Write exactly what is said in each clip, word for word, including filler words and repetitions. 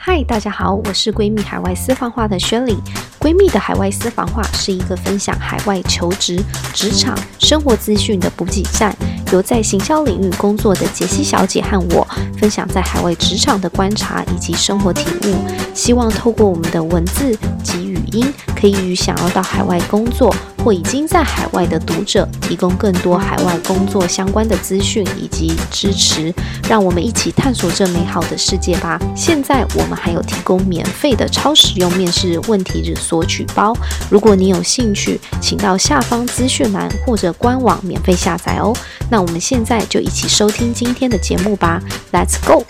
嗨，大家好，我是闺蜜海外私房话的轩里。闺蜜的海外私房话是一个分享海外求职、职场、生活资讯的补给站，由在行销领域工作的杰西小姐和我分享在海外职场的观察以及生活体悟，希望透过我们的文字及语音，可以与想要到海外工作或已经在海外的读者提供更多海外工作相关的资讯以及支持，让我们一起探索这美好的世界吧。现在我们还有提供免费的超实用面试问题日索取包，如果你有兴趣，请到下方资讯栏或者官网免费下载哦。那我们现在就一起收听今天的节目吧 ，Let's go！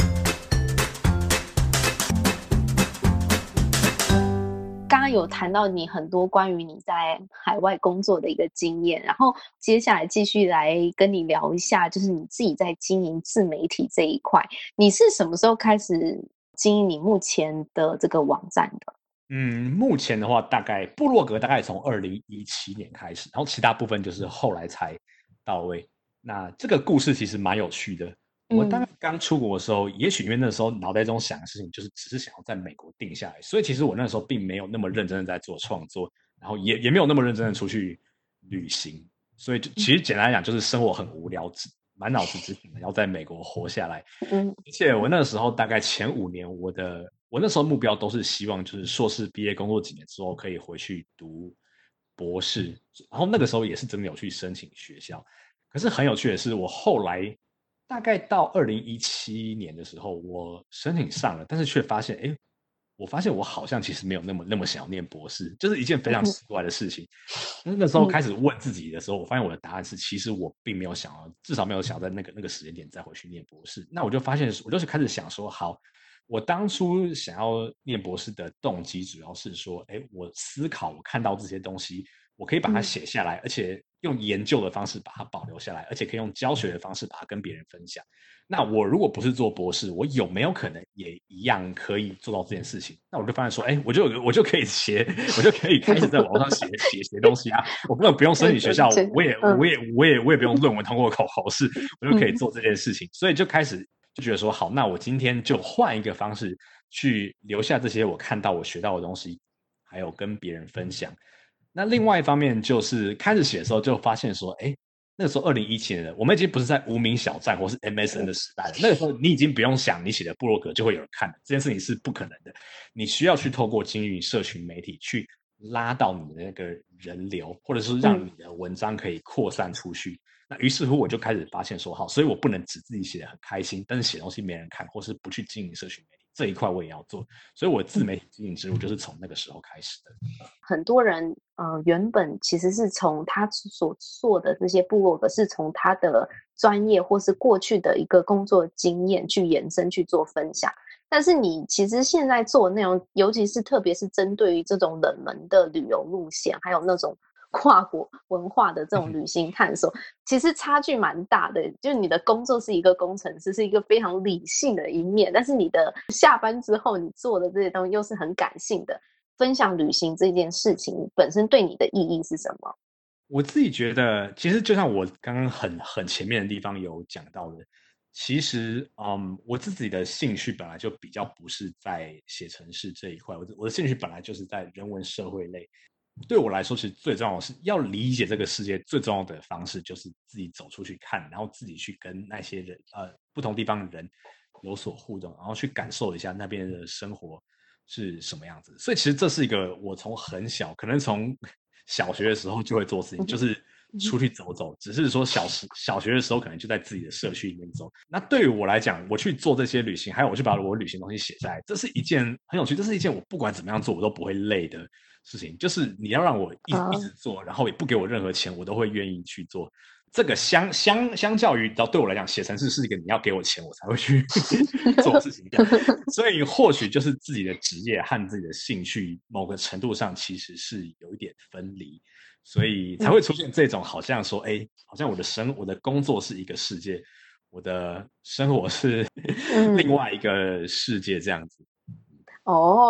刚刚有谈到你很多关于你在海外工作的一个经验，然后接下来继续来跟你聊一下，就是你自己在经营自媒体这一块，你是什么时候开始经营你目前的这个网站的？ 嗯，目前的话，大概部落格大概从二零一七年开始，然后其他部分就是后来才到位。那这个故事其实蛮有趣的。我大概刚出国的时候，也许因为那时候脑袋中想的事情就是只是想要在美国定下来，所以其实我那时候并没有那么认真的在做创作，然后也也没有那么认真的出去旅行，所以就其实简单来讲就是生活很无聊，只满脑子只想着要在美国活下来。 嗯而且我那个时候大概前五年，我的我那时候目标都是希望就是硕士毕业工作几年之后可以回去读博士，然后那个时候也是真的有去申请学校。可是很有趣的是，我后来大概到二零一七年的时候，我申请上了，但是却发现，哎，我发现我好像其实没有那么那么想要念博士，就是一件非常奇怪的事情。那时候开始问自己的时候，我发现我的答案是，其实我并没有想要，至少没有想要在那个那个时间点再回去念博士。那我就发现，我就是开始想说，好，我当初想要念博士的动机，主要是说，哎，我思考，我看到这些东西，我可以把它写下来，而且用研究的方式把它保留下来，而且可以用教学的方式把它跟别人分享。那我如果不是做博士，我有没有可能也一样可以做到这件事情？那我就发现说，哎，我就我就可以写，我就可以开始在网上写写写东西啊。我根本不用申请学校，我也我也我也我也不用论文通过考考试，我就可以做这件事情。所以就开始就觉得说，好，那我今天就换一个方式去留下这些我看到我学到的东西，还有跟别人分享。那另外一方面就是开始写的时候就发现说，哎，那个时候二零一七年的我们已经不是在无名小站或是 M S N 的时代了。那个时候你已经不用想你写的部落格就会有人看了，这件事情是不可能的。你需要去透过经营社群媒体去拉到你的那个人流，或者是让你的文章可以扩散出去。那于是乎我就开始发现说，好，所以我不能只自己写得很开心，但是写东西没人看，或是不去经营社群媒体这一块我也要做。所以我自媒体经营之路就是从那个时候开始的。 很多人呃原本其实是从他所做的这些部落格是从他的专业或是过去的一个工作经验去延伸去做分享，但是你其实现在做的内容，尤其是特别是针对于这种冷门的旅游路线，还有那种跨国文化的这种旅行探索，其实差距蛮大的。就是你的工作是一个工程师，是一个非常理性的一面，但是你的下班之后你做的这些东西又是很感性的。分享旅行这件事情本身对你的意义是什么？ 我自己觉得，其实就像我刚刚很很前面的地方有讲到的，其实，嗯，我自己的兴趣本来就比较不是在写程式这一块，我的我的兴趣本来就是在人文社会类。对我来说，其实最重要的是要理解这个世界，最重要的方式就是自己走出去看，然后自己去跟那些人，呃，不同地方的人有所互动，然后去感受一下那边的生活是什么样子。所以，其实这是一个我从很小，可能从小学的时候就会做事情，就是出去走走。只是说小时小学的时候，可能就在自己的社区里面走。那对于我来讲，我去做这些旅行，还有我去把我旅行东西写下来，这是一件很有趣，这是一件我不管怎么样做我都不会累的事情。就是你要让我一一直做，然后也不给我任何钱，我都会愿意去做。这个相相相较于，对我来讲，写程式是一个你要给我钱我才会去做的事情。所以或许就是自己的职业和自己的兴趣，某个程度上其实是有一点分离，所以才会出现这种好像说，哎，好像我的生我的工作是一个世界，我的生活是另外一个世界这样子。 哦，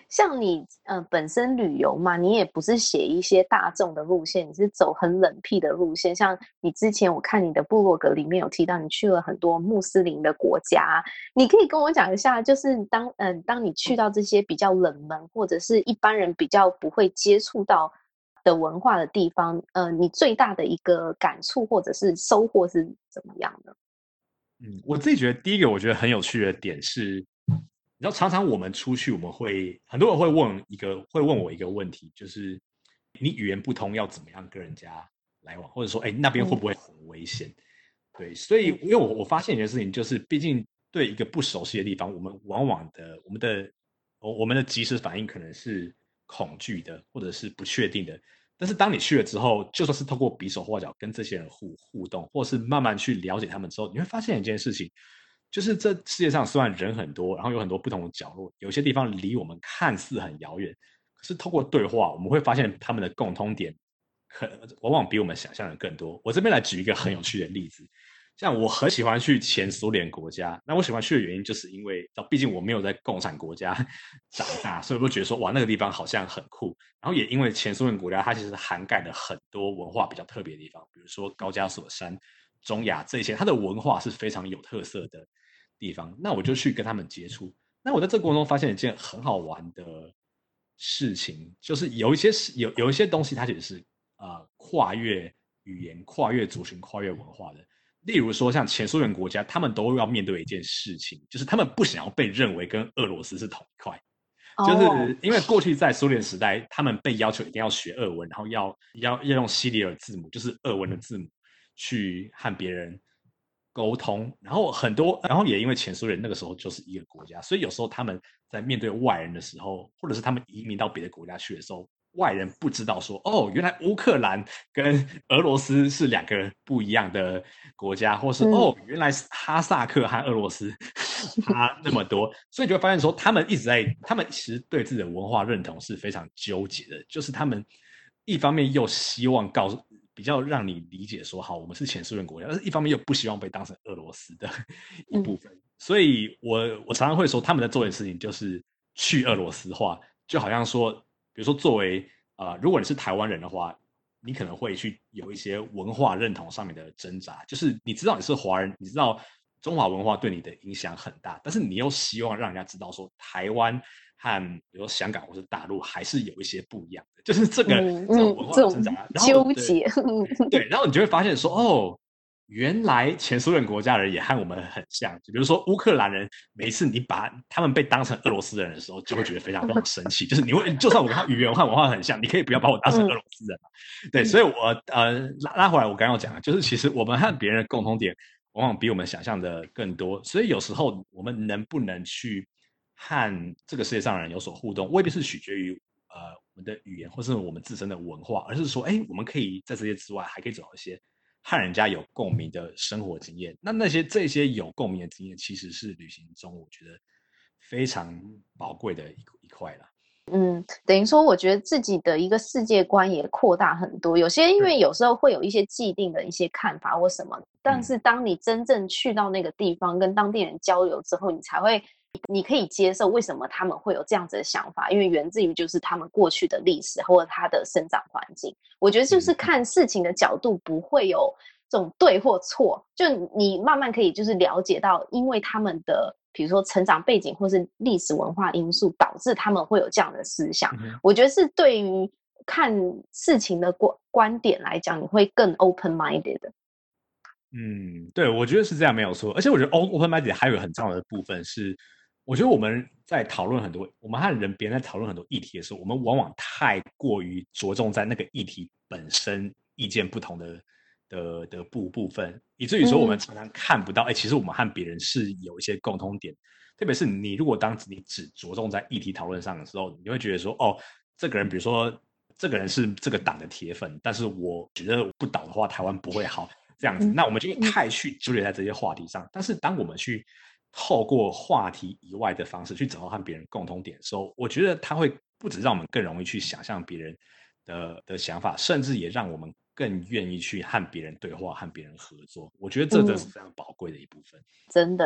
像你呃本身旅游嘛，你也不是写一些大众的路线，你是走很冷僻的路线。像你之前我看你的部落格里面有提到，你去了很多穆斯林的国家，你可以跟我讲一下，就是当嗯、呃、当你去到这些比较冷门或者是一般人比较不会接触到的文化的地方，呃，你最大的一个感触或者是收获是怎么样的？ 嗯，我自己觉得第一个我觉得很有趣的点是，你知道，常常我们出去，我们会很多人会问一个，会问我一个问题，就是你语言不通要怎么样跟人家来往，或者说，哎，那边会不会很危险？对，所以因为我我发现一件事情，就是毕竟对一个不熟悉的地方，我们往往的我们的我我们的即时反应可能是恐惧的，或者是不确定的。但是当你去了之后，就算是透过比手画脚跟这些人互互动，或是慢慢去了解他们之后，你会发现一件事情，就是这世界上虽然人很多，然后有很多不同的角落，有些地方离我们看似很遥远，可是透过对话，我们会发现他们的共通点，可往往比我们想象的更多。我这边来举一个很有趣的例子，像我很喜欢去前苏联国家，那我喜欢去的原因就是因为，毕竟我没有在共产国家长大，所以我就觉得说，哇，那个地方好像很酷。然后也因为前苏联国家，它其实涵盖了很多文化比较特别的地方，比如说高加索山、中亚这些，它的文化是非常有特色的地方。那我就去跟他们接触。那我在这个过程中发现一件很好玩的事情，就是有一些有有一些东西，它其实是呃跨越语言、跨越族群、跨越文化的。例如说，像前苏联国家，他们都要面对一件事情，就是他们不想要被认为跟俄罗斯是同一块。就哦， 是因为过去在苏联时代，他们被要求一定要学俄文，然后要要要用西里尔字母，就是俄文的字母，去和别人沟通。然后很多，然后也因为前苏联那个时候就是一个国家，所以有时候他们在面对外人的时候，或者是他们移民到别的国家去的时候，外人不知道说，哦，原来乌克兰跟俄罗斯是两个不一样的国家，或是嗯哦，原来哈萨克和俄罗斯差那么多，所以你就会发现说，他们一直在，他们其实对自己的文化认同是非常纠结的，就是他们一方面又希望告诉，比较让你理解说，好，我们是前苏联国家，但是一方面又不希望被当成俄罗斯的一嗯部分，所以我我常常会说，他们在做的事情就是去俄罗斯化，就好像说，比如说作为呃，如果你是台湾人的话，你可能会去有一些文化认同上面的挣扎，就是你知道你是华人，你知道中华文化对你的影响很大，但是你又希望让人家知道说，台湾和比如说香港或是大陆还是有一些不一样的，就是这个嗯嗯， 这种文化这种的挣扎。然后对纠结， 对，然后你就会发现说，哦，原来前苏联国家人也和我们很像，就比如说乌克兰人，每一次你把他们被当成俄罗斯人的时候，就会觉得非常非常生气。就是你会，就算我跟他语言和文化很像，你可以不要把我当成俄罗斯人嘛。对，所以我呃拉拉回来，我刚刚有讲的，就是其实我们和别人的共同点，往往比我们想象的更多。所以有时候我们能不能去和这个世界上的人有所互动，未必是取决于呃我们的语言或是我们自身的文化，而是说，哎，我们可以在这些之外，还可以找到一些和人家有共鸣的生活经验。那那些这些有共鸣的经验，其实是旅行中我觉得非常宝贵的一一块啦。 嗯，等于说，我觉得自己的一个世界观也扩大很多。有些因为有时候会有一些既定的一些看法或什么，但是当你真正去到那个地方跟当地人交流之后，你才会，你可以接受为什么他们会有这样子的想法，因为源自于就是他们过去的历史或者他的生长环境。我觉得就是看事情的角度不会有这种对或错，就你慢慢可以就是了解到，因为他们的比如说成长背景或是历史文化因素导致他们会有这样的思想。 嗯我觉得是对于看事情的观观点来讲，你会更 open minded 的。 嗯，对，我觉得是这样没有错。而且我觉得 open minded 还有一个很重要的部分是，我觉得我们在讨论很多，我们和人别人在讨论很多议题的时候，我们往往太过于着重在那个议题本身意见不同的的的部部分，以至于说我们常常看不到，哎、嗯，其实我们和别人是有一些共通点。特别是你如果当你只着重在议题讨论上的时候，你会觉得说，哦，这个人比如说这个人是这个党的铁粉，但是我觉得不倒的话，台湾不会好。这样子，那我们就太去纠结在这些话题上。但是，当我们去透过话题以外的方式去找到和别人共同点的时候，我觉得它会不止让我们更容易去想象别人的的想法，甚至也让我们更愿意去和别人对话、和别人合作。我觉得这真是非常宝贵的一部分。 真的，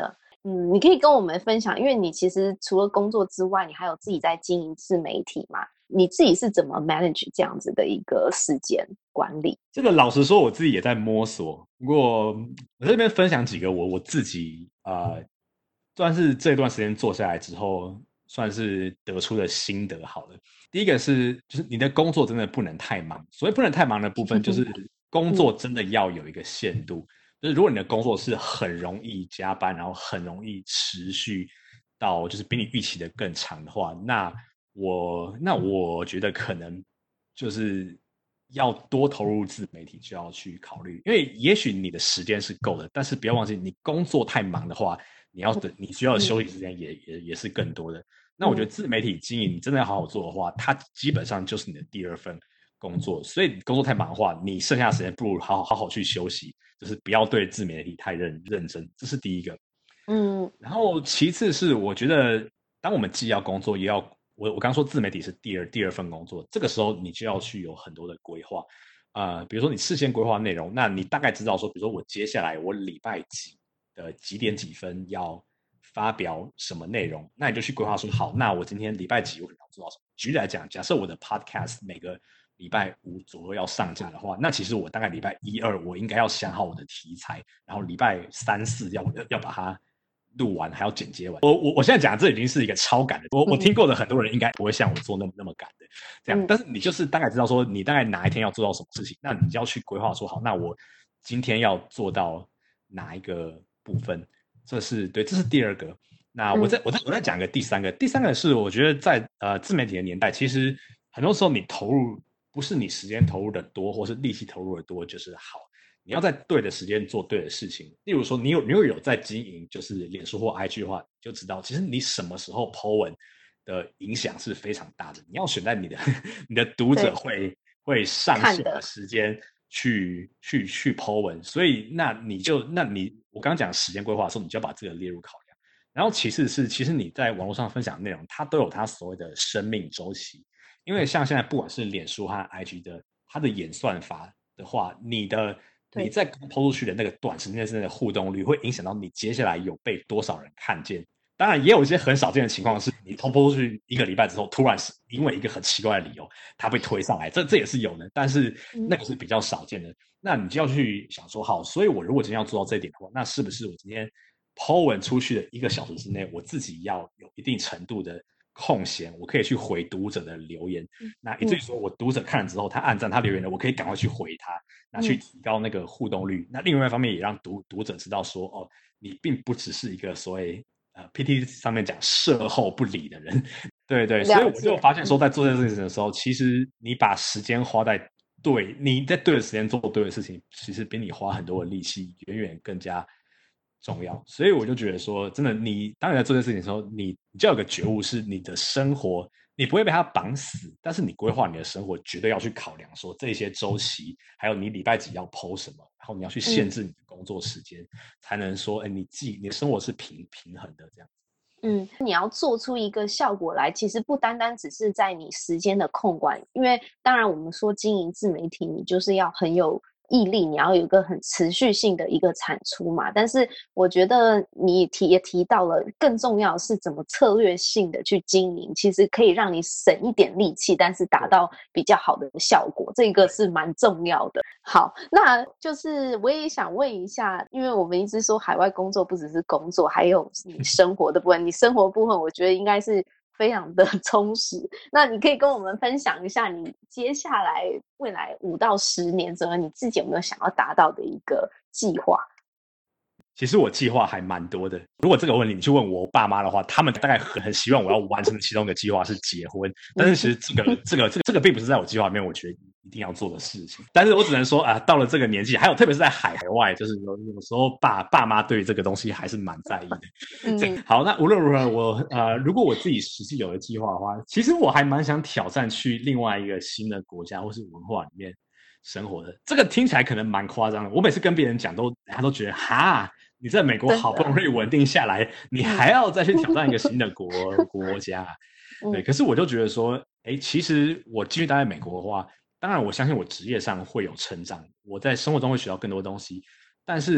嗯，你可以跟我们分享，因为你其实除了工作之外，你还有自己在经营自媒体嘛？你自己是怎么 manage 这样子的一个时间管理？ 这个老实说，我自己也在摸索。不过我这边分享几个我我自己呃，算是这段时间做下来之后，算是得出的心得好了。第一个是，就是你的工作真的不能太忙。所谓不能太忙的部分，就是工作真的要有一个限度。就是如果你的工作是很容易加班，然后很容易持续到就是比你预期的更长的话，那我那我觉得可能就是要多投入自媒体，就要去考虑，因为也许你的时间是够的，但是不要忘记，你工作太忙的话，你要等你需要的休息时间也、嗯、也也是更多的。那我觉得自媒体经营，你真的要好好做的话，它基本上就是你的第二份工作。所以工作太忙的话，你剩下的时间不如好好好好去休息，就是不要对自媒体太认认真，这是第一个。嗯，然后其次是我觉得，当我们既要工作，也要我我刚说自媒体是第二第二份工作，这个时候你就要去有很多的规划，呃，比如说你事先规划内容，那你大概知道说，比如说我接下来我礼拜几的几点几分要发表什么内容，那你就去规划说，好，那我今天礼拜几我可能要做到什么？举例来讲，假设我的 podcast 每个礼拜五左右要上架的话，那其实我大概礼拜一二我应该要想好我的题材，然后礼拜三四要要把它录完，还要剪接完。我我我现在讲这已经是一个超赶的，我我听过的很多人应该不会像我做那么那么赶的这样，但是你就是大概知道说你大概哪一天要做到什么事情，那你就要去规划说好，那我今天要做到哪一个部分，这是对，这是第二个。那我再我再我再讲个第三个，第三个是我觉得在呃自媒体的年代，其实很多时候你投入不是你时间投入的多，或是力气投入的多就是好。你要在对的时间做对的事情。例如说，你有你有有在经营就是脸书或 I G 的话，就知道其实你什么时候 po 文的影响是非常大的。你要选在你的你的读者会会上线的时间去去去 po 文，所以那你就那你我刚刚讲时间规划的时候，你就要把这个列入考量。然后其次是，其实你在网络上分享的内容，它都有它所谓的生命周期。因为像现在不管是脸书和 I G 的，它的演算法的话，你的你在抛出去的那个短时间之内的互动率，会影响到你接下来有被多少人看见。当然，也有一些很少见的情况是，你抛出去一个礼拜之后，突然是因为一个很奇怪的理由，它被推上来，这这也是有的，但是那个是比较少见的。嗯、那你就要去想说，好，所以我如果今天要做到这一点的话，那是不是我今天po文出去的一个小时之内，我自己要有一定程度的空闲，我可以去回读者的留言。嗯、那以至于说我读者看了之后，他按赞他留言了，我可以赶快去回他，那去提高那个互动率。嗯、那另外一方面也让读读者知道说，哦，你并不只是一个所谓呃 P T T 上面讲事后不理的人。对对，所以我就发现说，在做这件事情的时候，其实你把时间花在对你在对的时间做对的事情，其实比你花很多的力气远远更加重要。所以我就觉得说，真的，你当你在做这件事情的时候，你你就有个觉悟，是你的生活你不会被它绑死，但是你规划你的生活绝对要去考量说这些周期，还有你礼拜几要 po 什么，然后你要去限制你的工作时间，嗯、才能说，哎，你自己你的生活是平平衡的这样。 嗯，你要做出一个效果来，其实不单单只是在你时间的控管，因为当然我们说经营自媒体，你就是要很有毅力，你要有一个很持续性的一个产出嘛。但是我觉得你提也提到了，更重要的是怎么策略性的去经营，其实可以让你省一点力气，但是达到比较好的效果，这个是蛮重要的。好，那就是我也想问一下，因为我们一直说海外工作不只是工作，还有你生活的部分，你生活部分我觉得应该是非常的充实。那你可以跟我们分享一下你接下来未来五到十年左右你自己有没有想要达到的一个计划？ 其实我计划还蛮多的。如果这个问题你去问我爸妈的话，他们大概很很希望我要完成的其中一个计划是结婚。但是其实这个这个这个这个并不是在我计划里面，我觉得一定要做的事情。但是我只能说啊，到了这个年纪，还有特别是在海外，就是有有时候爸爸妈对于这个东西还是蛮在意的。嗯、好，那无论如何，我呃，如果我自己实际有了计划的话，其实我还蛮想挑战去另外一个新的国家或是文化里面生活的。这个听起来可能蛮夸张的，我每次跟别人讲都，大家都觉得哈。你在美国好不容易稳定下来，你还要再去挑战一个新的国国家，对。可是我就觉得说，哎，其实我继续待在美国的话，当然我相信我职业上会有成长，我在生活中会学到更多东西。但是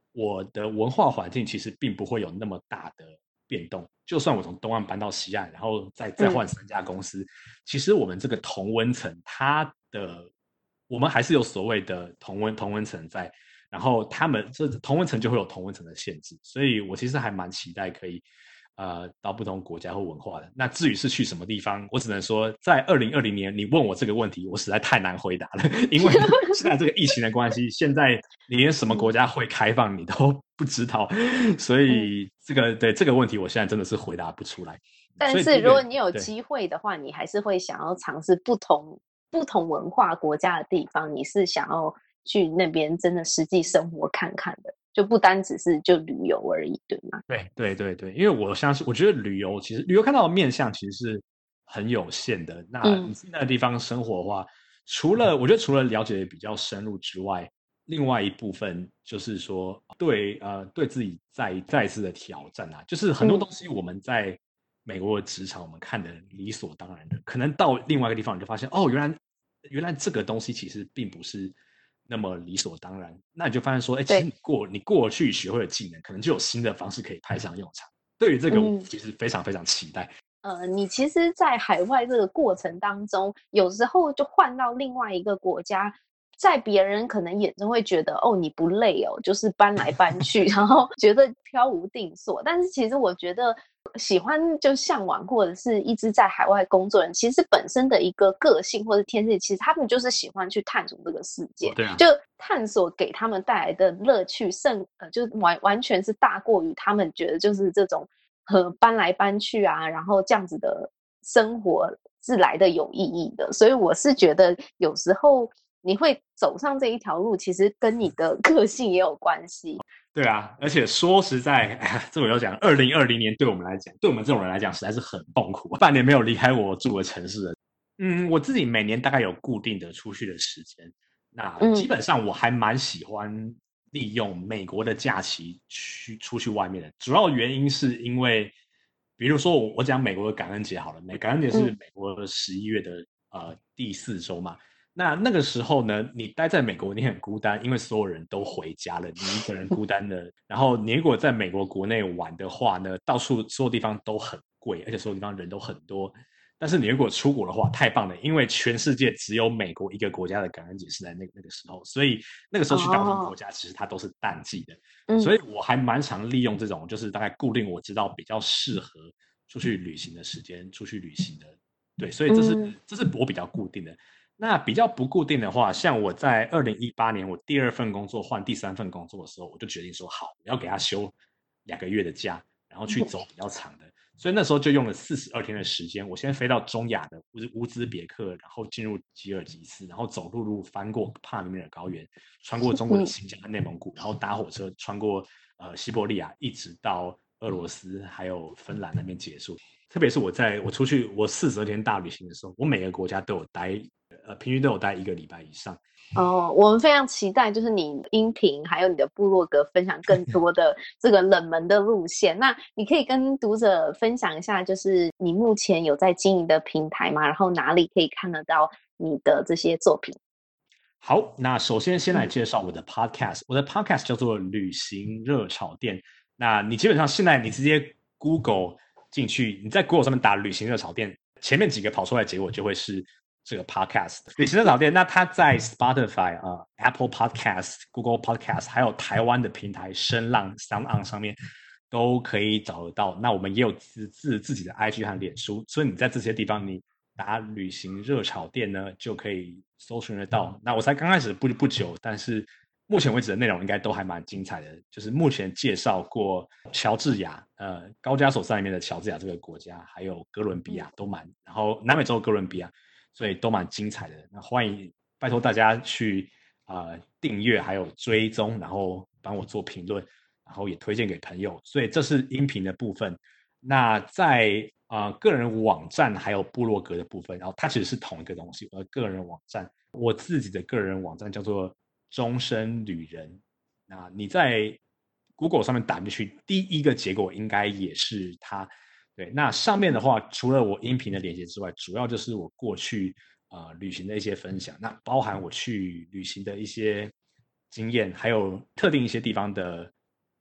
我的文化环境其实并不会有那么大的变动。就算我从东岸搬到西岸，然后再再换三家公司，嗯、其实我们这个同温层，它的我们还是有所谓的同温同温层在，然后他们这同温层就会有同温层的限制，所以我其实还蛮期待可以呃到不同国家或文化的。那至于是去什么地方，我只能说，在二零二零年你问我这个问题，我实在太难回答了，因为现在这个疫情的关系，现在你连什么国家会开放你都不知道，所以这个对这个问题，我现在真的是回答不出来。 但是如果你有机会的话，你还是会想要尝试不同不同文化国家的地方，你是想要去那边真的实际生活看看的，就不单只是就旅游而已，对吗？ 对对对对，因为我相信，我觉得旅游其实旅游看到的面向其实是很有限的。那你去那个地方生活的话，嗯、除了我觉得除了了解比较深入之外，另外一部分就是说对呃对自己再再一次的挑战啊，就是很多东西我们在美国的职场我们看的理所当然的，可能到另外一个地方你就发现哦，原来原来这个东西其实并不是那么理所当然。那你就发现说，哎，其实你过你过去学会的技能，可能就有新的方式可以派上用场。对于这个，我其实非常非常期待。 嗯、呃，你其实，在海外这个过程当中，有时候就换到另外一个国家。在别人可能眼中会觉得哦你不累哦，就是搬来搬去，然后觉得飘无定所。但是其实我觉得喜欢就向往或者是一直在海外工作的人，其实本身的一个个性或者天性，其实他们就是喜欢去探索这个世界。 哦、对啊， 就探索给他们带来的乐趣胜呃，就完完全是大过于他们觉得就是这种呃搬来搬去啊，然后这样子的生活是来的有意义的。所以我是觉得有时候你会走上这一条路，其实跟你的个性也有关系。 对啊，而且说实在，哎、这我要讲，二零二零年对我们来讲，对我们这种人来讲，实在是很痛苦。半年没有离开我住的城市了。嗯，我自己每年大概有固定的出去的时间，那基本上我还蛮喜欢利用美国的假期去出去外面的。主要原因是因为，比如说我我讲美国的感恩节好了，美感恩节是美国的十一月的、嗯、呃第四周嘛。那那个时候呢，你待在美国，你很孤单，因为所有人都回家了，你一个人孤单的。然后你如果在美国国内玩的话呢，到处所有地方都很贵，而且所有地方人都很多。但是你如果出国的话，太棒了，因为全世界只有美国一个国家的感恩节是在那个那个时候，所以那个时候去大部分国家其实它都是淡季的。哦、所以我还蛮常利用这种，就是大概固定我知道比较适合出去旅行的时间，出去旅行的。对，所以这是、嗯、这是我比较固定的。那比较不固定的话，像我在二零一八年我第二份工作换第三份工作的时候，我就决定说好，我要给他休两个月的假，然后去走比较长的。所以那时候就用了四十二天的时间，我先飞到中亚的乌兹别克，然后进入吉尔吉斯，然后走陆路翻过帕米尔高原，穿过中国的新疆和内蒙古，然后搭火车穿过呃西伯利亚，一直到俄罗斯还有芬兰那边结束。特别是我在我出去我四十二天大旅行的时候，我每个国家都有待。呃，平均都有待一个礼拜以上。 哦，我们非常期待，就是你音频还有你的部落格分享更多的这个冷门的路线。那你可以跟读者分享一下，就是你目前有在经营的平台吗？然后哪里可以看得到你的这些作品？ 好，那首先先来介绍我的 podcast，、嗯、我的 podcast 叫做旅行热炒店。那你基本上现在你直接 Google 进去，你在 Google 上面打旅行热炒店，前面几个跑出来的结果就会是这个 podcast 旅行热炒店。那它在 Spotify 啊、呃、Apple Podcast、Google Podcast， 还有台湾的平台声浪 SoundOn 上面都可以找得到。那我们也有自自自己的 I G 和脸书，所以你在这些地方你打旅行热炒店呢，就可以搜寻得到。那我才刚开始不不久，但是目前为止的内容应该都还蛮精彩的。就是目前介绍过乔治亚，呃，高加索山里面的乔治亚这个国家，还有哥伦比亚都蛮，然后南美洲哥伦比亚，所以都蛮精彩的。那欢迎拜托大家去呃订阅，还有追踪，然后帮我做评论，然后也推荐给朋友。所以这是音频的部分。那在呃个人网站还有部落格的部分，然后它其实是同一个东西。我的个人网站，我自己的个人网站叫做终身旅人。那你在 Google 上面打进去，第一个结果应该也是它。对，那上面的话，除了我音频的连接之外，主要就是我过去呃旅行的一些分享，那包含我去旅行的一些经验，还有特定一些地方的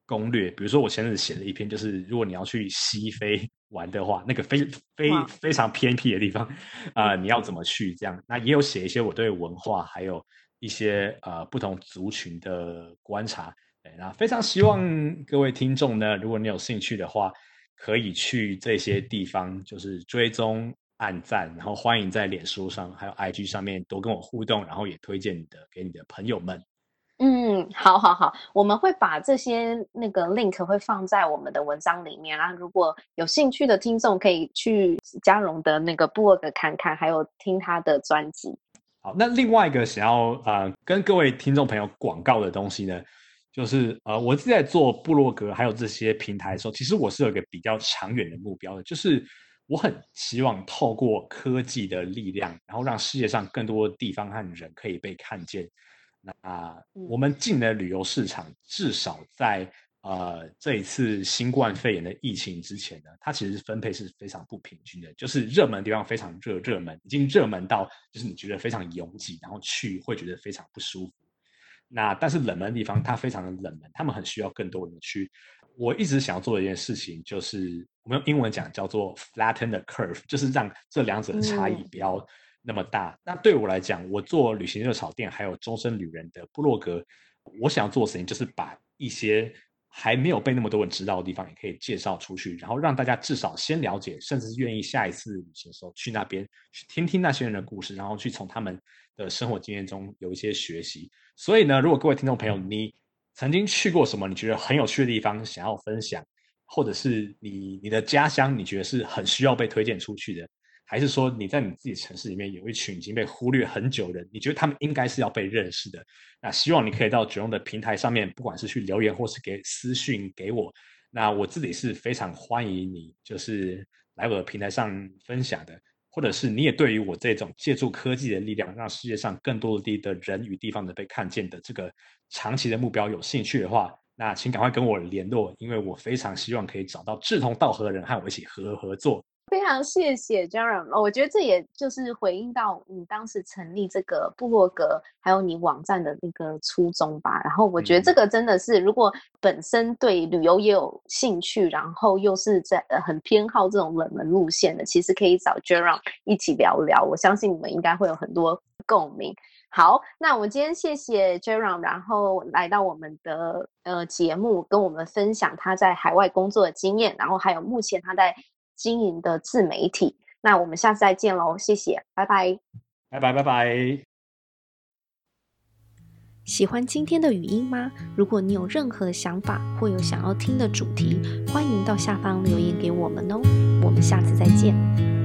攻略，比如说我前阵子写了一篇，就是如果你要去西非玩的话，那个非非非常偏僻的地方，啊、呃，你要怎么去？这样，那也有写一些我对文化还有一些呃不同族群的观察。对，那非常希望各位听众呢，如果你有兴趣的话，可以去这些地方，就是追踪、按赞，然后欢迎在脸书上还有 I G 上面多跟我互动，然后也推荐你的给你的朋友们。 嗯，好好好，我们会把这些那个 link 会放在我们的文章里面啊。如果有兴趣的听众，可以去嘉荣的那个部落格看看，还有听他的专辑。 好，那另外一个想要呃跟各位听众朋友广告的东西呢，就是呃我自己在做部落格还有这些平台的时候，其实我是有一个比较长远的目标的，就是我很希望透过科技的力量，然后让世界上更多的地方和人可以被看见。那我们进了旅游市场，至少在呃这一次新冠肺炎的疫情之前呢，它其实分配是非常不平均的，就是热门的地方非常热热门，已经热门到就是你觉得非常拥挤，然后去会觉得非常不舒服。那但是冷门的地方它非常的冷门，他们很需要更多人去。我一直想要做的一件事情，就是我们用英文讲叫做 flatten the curve， 就是让这两者的差异不要那么大。嗯、那对我来讲，我做旅行热炒店还有终身旅人的部落格，我想要做的事情就是把一些还没有被那么多人知道的地方也可以介绍出去，然后让大家至少先了解，甚至是愿意下一次旅行的时候去那边去听听那些人的故事，然后去从他们的生活经验中有一些学习。所以呢，如果各位听众朋友你曾经去过什么你觉得很有趣的地方想要分享，或者是你你的家乡你觉得是很需要被推荐出去的，还是说你在你自己城市里面有一群已经被忽略很久的人，你觉得他们应该是要被认识的，那希望你可以到Jerome的平台上面，不管是去留言或是给私讯给我，那我自己是非常欢迎你就是来我的平台上分享的，或者是你也对于我这种借助科技的力量让世界上更多的的人与地方的被看见的这个长期的目标有兴趣的话，那请赶快跟我联络，因为我非常希望可以找到志同道合的人和我一起合合作。 非常谢谢 Jerome， 我觉得这也就是回应到你当时成立这个部落格还有你网站的那个初衷吧。然后我觉得这个真的是，如果本身对旅游也有兴趣，然后又是在很偏好这种冷门路线的，其实可以找 Jerome 一起聊聊，我相信你们应该会有很多共鸣。好，那我们今天谢谢 Jerome， 然后来到我们的呃节目，跟我们分享他在海外工作的经验，然后还有目前他在经营的自媒体。那我们下次再见咯，谢谢，拜拜， 拜拜拜拜。 喜欢今天的语音吗？如果你有任何的想法或有想要听的主题，欢迎到下方留言给我们哦。我们下次再见。